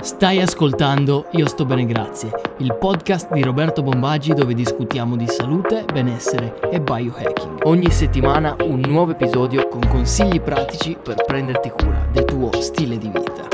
Stai ascoltando Io sto bene grazie, il podcast di Roberto Bombaggi dove discutiamo di salute, benessere e biohacking. Ogni settimana un nuovo episodio con consigli pratici per prenderti cura del tuo stile di vita.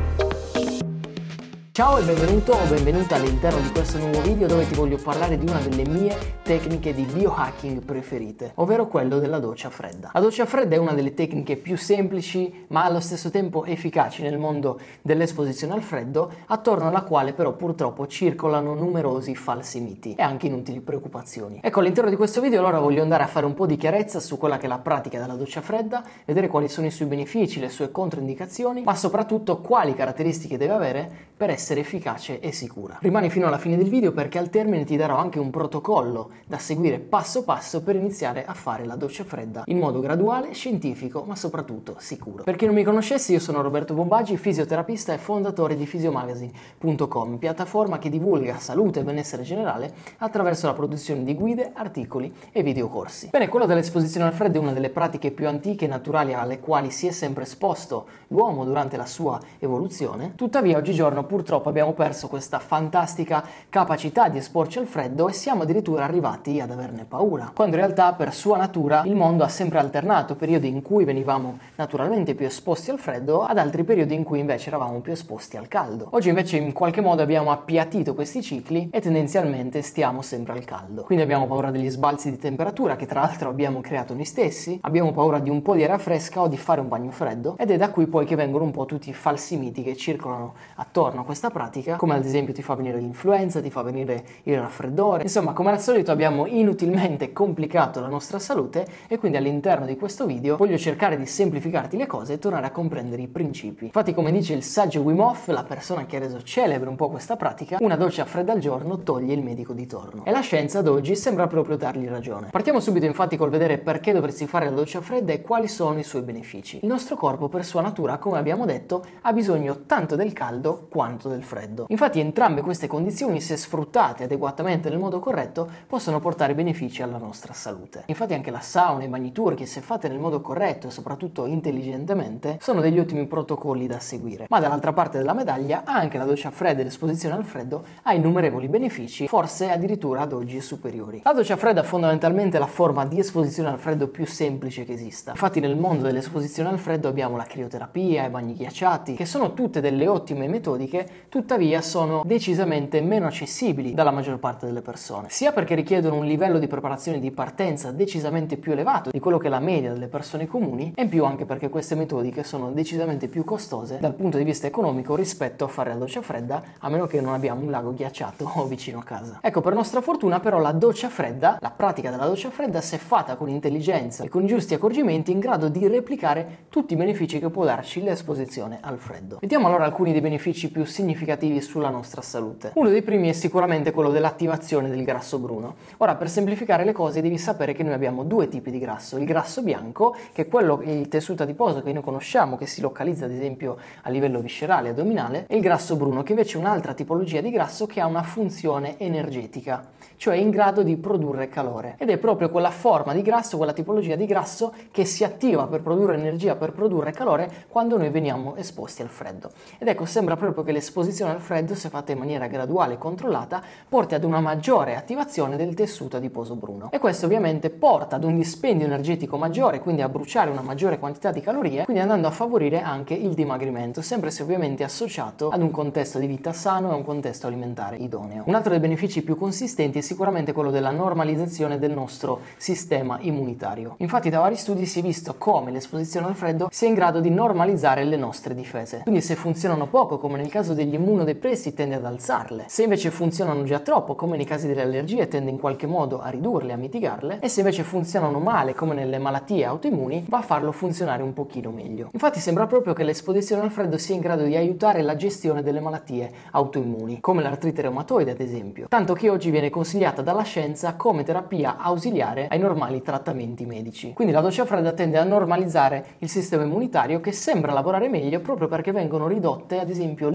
Ciao e benvenuto o benvenuta all'interno di questo nuovo video dove ti voglio parlare di una delle mie tecniche di biohacking preferite, ovvero quello della doccia fredda. La doccia fredda è una delle tecniche più semplici ma allo stesso tempo efficaci nel mondo dell'esposizione al freddo, attorno alla quale però purtroppo circolano numerosi falsi miti e anche inutili preoccupazioni. Ecco, all'interno di questo video allora voglio andare a fare un po' di chiarezza su quella che è la pratica della doccia fredda, vedere quali sono i suoi benefici, le sue controindicazioni, ma soprattutto quali caratteristiche deve avere per essere efficace e sicura. Rimani fino alla fine del video perché al termine ti darò anche un protocollo da seguire passo passo per iniziare a fare la doccia fredda in modo graduale, scientifico ma soprattutto sicuro. Per chi non mi conoscesse, io sono Roberto Bombaggi, fisioterapista e fondatore di Physiomagazine.com, piattaforma che divulga salute e benessere generale attraverso la produzione di guide, articoli e videocorsi. Bene, quello dell'esposizione al freddo è una delle pratiche più antiche e naturali alle quali si è sempre esposto l'uomo durante la sua evoluzione. Tuttavia oggigiorno purtroppo abbiamo perso questa fantastica capacità di esporci al freddo e siamo addirittura arrivati ad averne paura, quando in realtà per sua natura il mondo ha sempre alternato periodi in cui venivamo naturalmente più esposti al freddo ad altri periodi in cui invece eravamo più esposti al caldo. Oggi invece in qualche modo abbiamo appiattito questi cicli e tendenzialmente stiamo sempre al caldo, quindi abbiamo paura degli sbalzi di temperatura che tra l'altro abbiamo creato noi stessi, abbiamo paura di un po' di aria fresca o di fare un bagno freddo ed è da qui poi che vengono un po' tutti i falsi miti che circolano attorno a questa pratica, come ad esempio ti fa venire l'influenza, ti fa venire il raffreddore, insomma come al solito abbiamo inutilmente complicato la nostra salute e quindi all'interno di questo video voglio cercare di semplificarti le cose e tornare a comprendere i principi. Infatti, come dice il saggio Wim Hof, la persona che ha reso celebre un po' questa pratica, una doccia fredda al giorno toglie il medico di torno e la scienza ad oggi sembra proprio dargli ragione. Partiamo subito infatti col vedere perché dovresti fare la doccia fredda e quali sono i suoi benefici. Il nostro corpo per sua natura, come abbiamo detto, ha bisogno tanto del caldo quanto del freddo. Infatti entrambe queste condizioni, se sfruttate adeguatamente nel modo corretto, possono portare benefici alla nostra salute. Infatti anche la sauna e i bagni turchi, se fatte nel modo corretto e soprattutto intelligentemente, sono degli ottimi protocolli da seguire. Ma dall'altra parte della medaglia, anche la doccia fredda e l'esposizione al freddo ha innumerevoli benefici, forse addirittura ad oggi superiori. La doccia fredda è fondamentalmente la forma di esposizione al freddo più semplice che esista. Infatti nel mondo dell'esposizione al freddo abbiamo la crioterapia, i bagni ghiacciati, che sono tutte delle ottime metodiche, tuttavia sono decisamente meno accessibili dalla maggior parte delle persone, sia perché richiedono un livello di preparazione di partenza decisamente più elevato di quello che è la media delle persone comuni, e in più anche perché queste metodiche sono decisamente più costose dal punto di vista economico rispetto a fare la doccia fredda, a meno che non abbiamo un lago ghiacciato o vicino a casa. Ecco, per nostra fortuna però la doccia fredda, la pratica della doccia fredda, se fatta con intelligenza e con i giusti accorgimenti, è in grado di replicare tutti i benefici che può darci l'esposizione al freddo. Vediamo allora alcuni dei benefici più significativi sulla nostra salute. Uno dei primi è sicuramente quello dell'attivazione del grasso bruno. Ora, per semplificare le cose, devi sapere che noi abbiamo due tipi di grasso: il grasso bianco, che è quello, il tessuto adiposo che noi conosciamo, che si localizza ad esempio a livello viscerale, addominale, e il grasso bruno, che invece è un'altra tipologia di grasso che ha una funzione energetica, cioè è in grado di produrre calore, ed è proprio quella forma di grasso, quella tipologia di grasso che si attiva per produrre energia, per produrre calore quando noi veniamo esposti al freddo. Ed ecco, sembra proprio che l'esposizione al freddo, se fatta in maniera graduale e controllata, porti ad una maggiore attivazione del tessuto adiposo bruno, e questo ovviamente porta ad un dispendio energetico maggiore, quindi a bruciare una maggiore quantità di calorie, quindi andando a favorire anche il dimagrimento, sempre se ovviamente associato ad un contesto di vita sano e a un contesto alimentare idoneo. Un altro dei benefici più consistenti è sicuramente quello della normalizzazione del nostro sistema immunitario. Infatti da vari studi si è visto come l'esposizione al freddo sia in grado di normalizzare le nostre difese, quindi se funzionano poco, come nel caso degli immunodepressi, tende ad alzarle; se invece funzionano già troppo, come nei casi delle allergie, tende in qualche modo a ridurle, a mitigarle; e se invece funzionano male, come nelle malattie autoimmuni, va a farlo funzionare un pochino meglio. Infatti sembra proprio che l'esposizione al freddo sia in grado di aiutare la gestione delle malattie autoimmuni, come l'artrite reumatoide ad esempio, tanto che oggi viene consigliata dalla scienza come terapia ausiliare ai normali trattamenti medici. Quindi la doccia fredda tende a normalizzare il sistema immunitario, che sembra lavorare meglio proprio perché vengono ridotte ad esempio l'infiammazione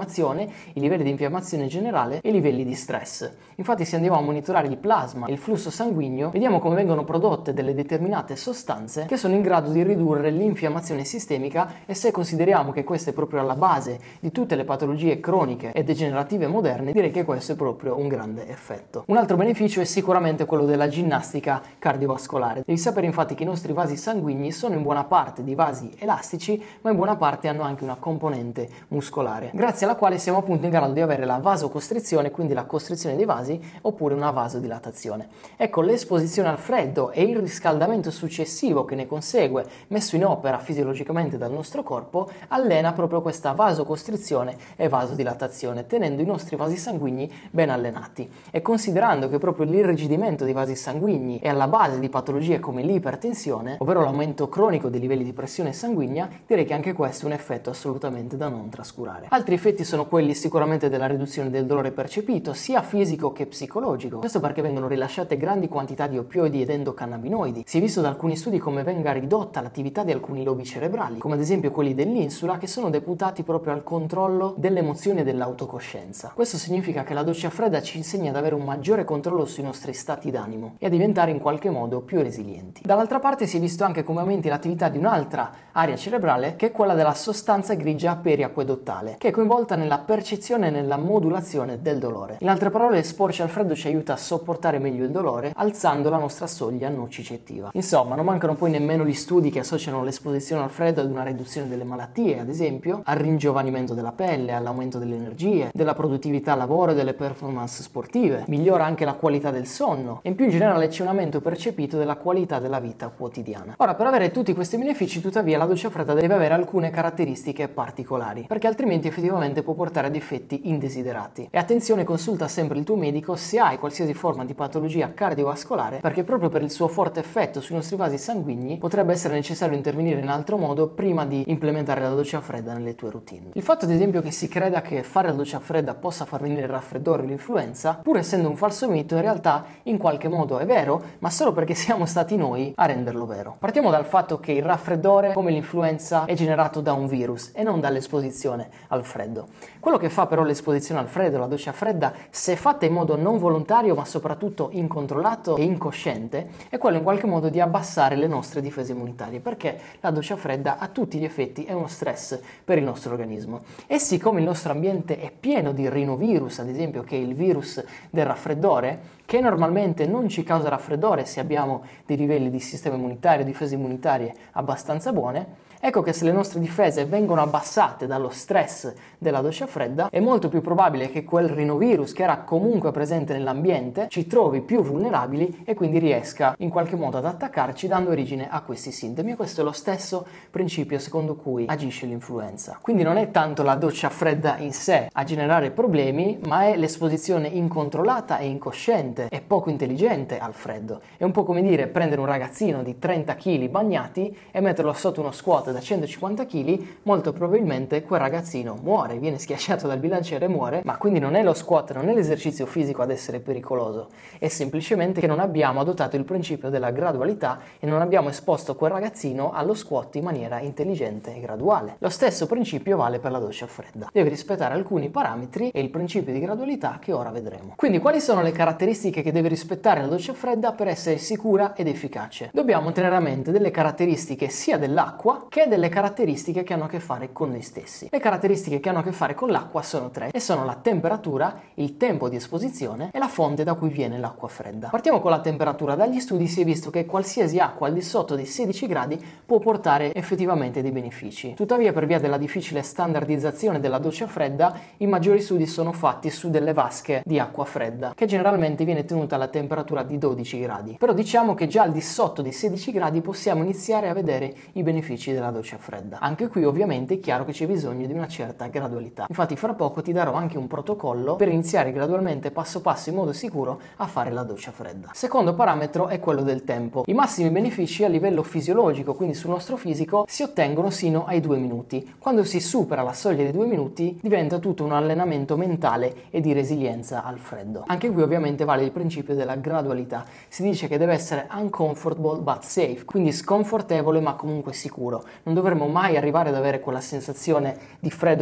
infiammazione, i livelli di infiammazione generale e i livelli di stress. Infatti se andiamo a monitorare il plasma e il flusso sanguigno, vediamo come vengono prodotte delle determinate sostanze che sono in grado di ridurre l'infiammazione sistemica, e se consideriamo che questa è proprio alla base di tutte le patologie croniche e degenerative moderne, direi che questo è proprio un grande effetto. Un altro beneficio è sicuramente quello della ginnastica cardiovascolare. Devi sapere infatti che i nostri vasi sanguigni sono in buona parte di vasi elastici, ma in buona parte hanno anche una componente muscolare, grazie alla quale siamo appunto in grado di avere la vasocostrizione, quindi la costrizione dei vasi, oppure una vasodilatazione. Ecco, l'esposizione al freddo e il riscaldamento successivo che ne consegue, messo in opera fisiologicamente dal nostro corpo, allena proprio questa vasocostrizione e vasodilatazione, tenendo i nostri vasi sanguigni ben allenati. E considerando che proprio l'irrigidimento dei vasi sanguigni è alla base di patologie come l'ipertensione, ovvero l'aumento cronico dei livelli di pressione sanguigna, direi che anche questo è un effetto assolutamente da non trascurare. Altri effetti sono quelli sicuramente della riduzione del dolore percepito, sia fisico che psicologico. Questo perché vengono rilasciate grandi quantità di oppioidi ed endocannabinoidi. Si è visto da alcuni studi come venga ridotta l'attività di alcuni lobi cerebrali, come ad esempio quelli dell'insula, che sono deputati proprio al controllo delle emozioni e dell'autocoscienza. Questo significa che la doccia fredda ci insegna ad avere un maggiore controllo sui nostri stati d'animo e a diventare in qualche modo più resilienti. Dall'altra parte si è visto anche come aumenti l'attività di un'altra area cerebrale, che è quella della sostanza grigia periacquedottale, che è coinvolta nella percezione e nella modulazione del dolore. In altre parole, esporci al freddo ci aiuta a sopportare meglio il dolore, alzando la nostra soglia nocicettiva. Insomma, non mancano poi nemmeno gli studi che associano l'esposizione al freddo ad una riduzione delle malattie, ad esempio al ringiovanimento della pelle, all'aumento delle energie, della produttività al lavoro e delle performance sportive. Migliora anche la qualità del sonno e in più in generale c'è un aumento percepito della qualità della vita quotidiana. Ora, per avere tutti questi benefici, tuttavia, la doccia fredda deve avere alcune caratteristiche particolari, perché altrimenti effettivamente può portare ad effetti indesiderati. E attenzione, consulta sempre il tuo medico se hai qualsiasi forma di patologia cardiovascolare, perché proprio per il suo forte effetto sui nostri vasi sanguigni potrebbe essere necessario intervenire in altro modo prima di implementare la doccia fredda nelle tue routine. Il fatto ad esempio che si creda che fare la doccia fredda possa far venire il raffreddore o l'influenza, pur essendo un falso mito, in realtà in qualche modo è vero, ma solo perché siamo stati noi a renderlo vero. Partiamo dal fatto che il raffreddore, come l'influenza, è generato da un virus e non dall'esposizione al freddo. Quello che fa però l'esposizione al freddo, la doccia fredda, se fatta in modo non volontario ma soprattutto incontrollato e incosciente, è quello in qualche modo di abbassare le nostre difese immunitarie, perché la doccia fredda a tutti gli effetti è uno stress per il nostro organismo. E siccome il nostro ambiente è pieno di rinovirus, ad esempio, che è il virus del raffreddore, che normalmente non ci causa raffreddore se abbiamo dei livelli di sistema immunitario, difese immunitarie abbastanza buone, ecco che se le nostre difese vengono abbassate dallo stress della doccia fredda, è molto più probabile che quel rinovirus che era comunque presente nell'ambiente ci trovi più vulnerabili e quindi riesca in qualche modo ad attaccarci, dando origine a questi sintomi. E questo è lo stesso principio secondo cui agisce l'influenza. Quindi non è tanto la doccia fredda in sé a generare problemi, ma è l'esposizione incontrollata e incosciente e poco intelligente al freddo. È un po' come dire prendere un ragazzino di 30 kg bagnati e metterlo sotto uno squat da 150 kg, molto probabilmente quel ragazzino muore, viene schiacciato dal bilanciere e muore, ma quindi non è lo squat, non è l'esercizio fisico ad essere pericoloso, è semplicemente che non abbiamo adottato il principio della gradualità e non abbiamo esposto quel ragazzino allo squat in maniera intelligente e graduale. Lo stesso principio vale per la doccia fredda. Devi rispettare alcuni parametri e il principio di gradualità che ora vedremo. Quindi quali sono le caratteristiche che deve rispettare la doccia fredda per essere sicura ed efficace? Dobbiamo tenere a mente delle caratteristiche sia dell'acqua che delle caratteristiche che hanno a che fare con noi stessi. Le caratteristiche che hanno a che fare con l'acqua sono tre e sono la temperatura, il tempo di esposizione e la fonte da cui viene l'acqua fredda. Partiamo con la temperatura. Dagli studi si è visto che qualsiasi acqua al di sotto dei 16 gradi può portare effettivamente dei benefici. Tuttavia, per via della difficile standardizzazione della doccia fredda, i maggiori studi sono fatti su delle vasche di acqua fredda, che generalmente viene tenuta alla temperatura di 12 gradi. Però diciamo che già al di sotto dei 16 gradi possiamo iniziare a vedere i benefici della doccia fredda. Anche qui ovviamente è chiaro che c'è bisogno di una certa gradualità. Infatti fra poco ti darò anche un protocollo per iniziare gradualmente passo passo in modo sicuro a fare la doccia fredda. Secondo parametro è quello del tempo. I massimi benefici a livello fisiologico, quindi sul nostro fisico, si ottengono sino ai 2 minuti. Quando si supera la soglia dei 2 minuti diventa tutto un allenamento mentale e di resilienza al freddo. Anche qui ovviamente vale il principio della gradualità. Si dice che deve essere uncomfortable but safe, quindi sconfortevole ma comunque sicuro. Non dovremmo mai arrivare ad avere quella sensazione di freddo che ci pende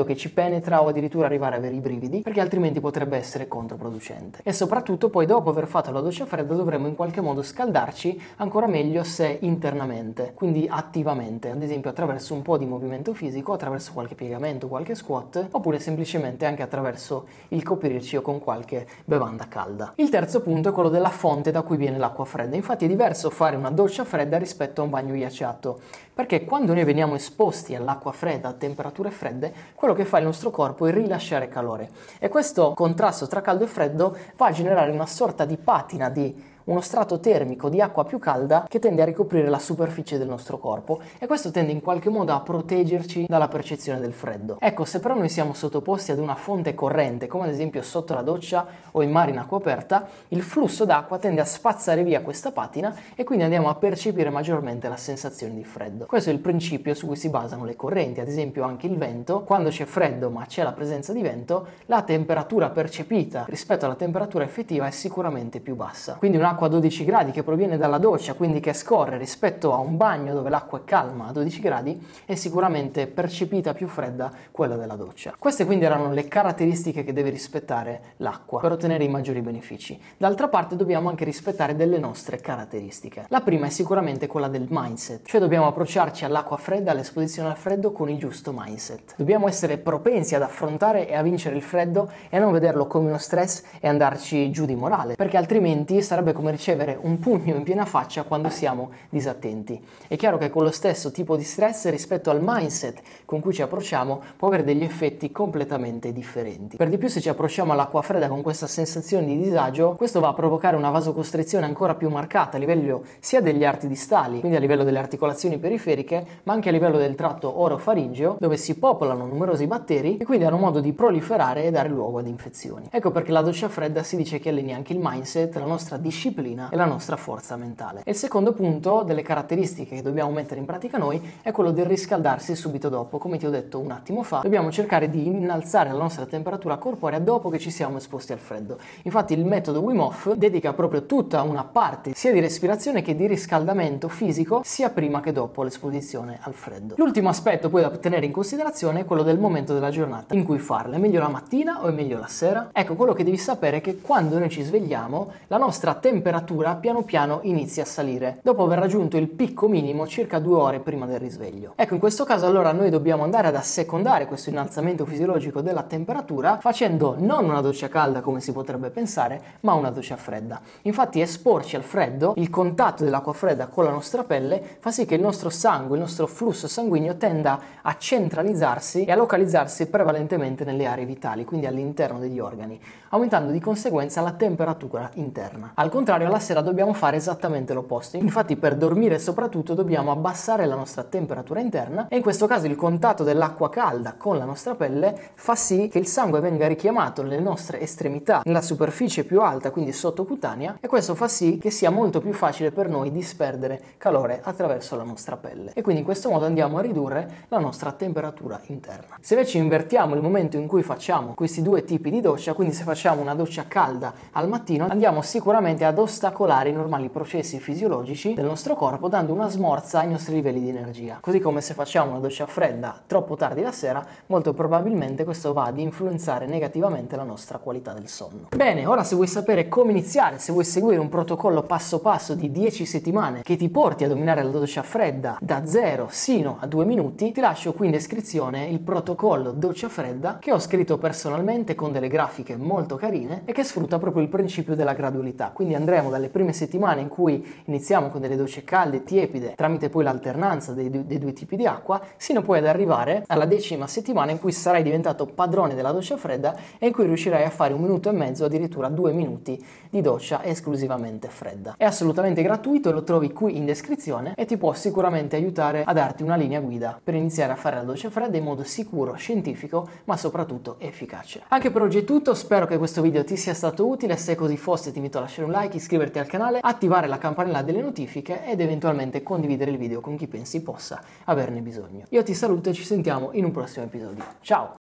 penetra o addirittura arrivare a avere i brividi, perché altrimenti potrebbe essere controproducente. E soprattutto poi dopo aver fatto la doccia fredda dovremo in qualche modo scaldarci ancora meglio se internamente, quindi attivamente, ad esempio attraverso un po' di movimento fisico, attraverso qualche piegamento, qualche squat, oppure semplicemente anche attraverso il coprirci o con qualche bevanda calda. Il terzo punto è quello della fonte da cui viene l'acqua fredda. Infatti è diverso fare una doccia fredda rispetto a un bagno ghiacciato, perché quando noi veniamo esposti all'acqua fredda a temperature fredde, quello che fa il nostro corpo è rilasciare calore, e questo contrasto tra caldo e freddo va a generare una sorta di patina, di uno strato termico di acqua più calda che tende a ricoprire la superficie del nostro corpo, e questo tende in qualche modo a proteggerci dalla percezione del freddo. Ecco, se però noi siamo sottoposti ad una fonte corrente, come ad esempio sotto la doccia o in mare in acqua aperta, il flusso d'acqua tende a spazzare via questa patina e quindi andiamo a percepire maggiormente la sensazione di freddo. Questo è il principio su cui si basano le correnti, ad esempio anche il vento. Quando c'è freddo ma c'è la presenza di vento, la temperatura percepita rispetto alla temperatura effettiva è sicuramente più bassa. Quindi un'acqua a 12 gradi che proviene dalla doccia, quindi che scorre, rispetto a un bagno dove l'acqua è calma a 12 gradi, è sicuramente percepita più fredda quella della doccia. Queste quindi erano le caratteristiche che deve rispettare l'acqua per ottenere i maggiori benefici. D'altra parte dobbiamo anche rispettare delle nostre caratteristiche. La prima è sicuramente quella del mindset, cioè dobbiamo approcciarci all'acqua fredda, all'esposizione al freddo con il giusto mindset. Dobbiamo essere propensi ad affrontare e a vincere il freddo e a non vederlo come uno stress e andarci giù di morale, perché altrimenti sarebbe come ricevere un pugno in piena faccia quando siamo disattenti. È chiaro che con lo stesso tipo di stress rispetto al mindset con cui ci approcciamo può avere degli effetti completamente differenti. Per di più, se ci approcciamo all'acqua fredda con questa sensazione di disagio, questo va a provocare una vasocostrizione ancora più marcata a livello sia degli arti distali, quindi a livello delle articolazioni periferiche, ma anche a livello del tratto orofaringeo, dove si popolano numerosi batteri e quindi hanno modo di proliferare e dare luogo ad infezioni. Ecco perché la doccia fredda si dice che alleni anche il mindset, la nostra disciplina e la nostra forza mentale. E il secondo punto delle caratteristiche che dobbiamo mettere in pratica noi è quello del riscaldarsi subito dopo. Come ti ho detto un attimo fa, dobbiamo cercare di innalzare la nostra temperatura corporea dopo che ci siamo esposti al freddo. Infatti il metodo Wim Hof dedica proprio tutta una parte sia di respirazione che di riscaldamento fisico sia prima che dopo l'esposizione al freddo. L'ultimo aspetto poi da tenere in considerazione è quello del momento della giornata in cui farla. È meglio la mattina o è meglio la sera? Ecco, quello che devi sapere è che quando noi ci svegliamo la nostra temperatura piano piano inizia a salire dopo aver raggiunto il picco minimo circa 2 ore prima del risveglio. Ecco, in questo caso allora noi dobbiamo andare ad assecondare questo innalzamento fisiologico della temperatura facendo non una doccia calda come si potrebbe pensare, ma una doccia fredda. Infatti esporci al freddo, il contatto dell'acqua fredda con la nostra pelle fa sì che il nostro sangue, il nostro flusso sanguigno tenda a centralizzarsi e a localizzarsi prevalentemente nelle aree vitali, quindi all'interno degli organi, aumentando di conseguenza la temperatura interna. Al contrario, alla sera dobbiamo fare esattamente l'opposto. Infatti per dormire soprattutto dobbiamo abbassare la nostra temperatura interna e in questo caso il contatto dell'acqua calda con la nostra pelle fa sì che il sangue venga richiamato nelle nostre estremità, nella superficie più alta, quindi sottocutanea, e questo fa sì che sia molto più facile per noi disperdere calore attraverso la nostra pelle e quindi in questo modo andiamo a ridurre la nostra temperatura interna. Se invece invertiamo il momento in cui facciamo questi due tipi di doccia, quindi se facciamo una doccia calda al mattino, andiamo sicuramente ad ostacolare i normali processi fisiologici del nostro corpo, dando una smorza ai nostri livelli di energia. Così come se facciamo una doccia fredda troppo tardi la sera, molto probabilmente questo va ad influenzare negativamente la nostra qualità del sonno. Bene, ora se vuoi sapere come iniziare, se vuoi seguire un protocollo passo passo di 10 settimane che ti porti a dominare la doccia fredda da 0 sino a 2 minuti, ti lascio qui in descrizione il protocollo doccia fredda che ho scritto personalmente con delle grafiche molto carine e che sfrutta proprio il principio della gradualità. Quindi andremo dalle prime settimane in cui iniziamo con delle docce calde e tiepide tramite poi l'alternanza dei due tipi di acqua, sino poi ad arrivare alla 10ª settimana in cui sarai diventato padrone della doccia fredda e in cui riuscirai a fare 1 minuto e mezzo, addirittura 2 minuti di doccia esclusivamente fredda. È assolutamente gratuito e lo trovi qui in descrizione e ti può sicuramente aiutare a darti una linea guida per iniziare a fare la doccia fredda in modo sicuro, scientifico, ma soprattutto efficace. Anche per oggi è tutto, spero che questo video ti sia stato utile. Se così fosse ti invito a lasciare un like, iscriverti al canale, attivare la campanella delle notifiche ed eventualmente condividere il video con chi pensi possa averne bisogno. Io ti saluto e ci sentiamo in un prossimo episodio. Ciao!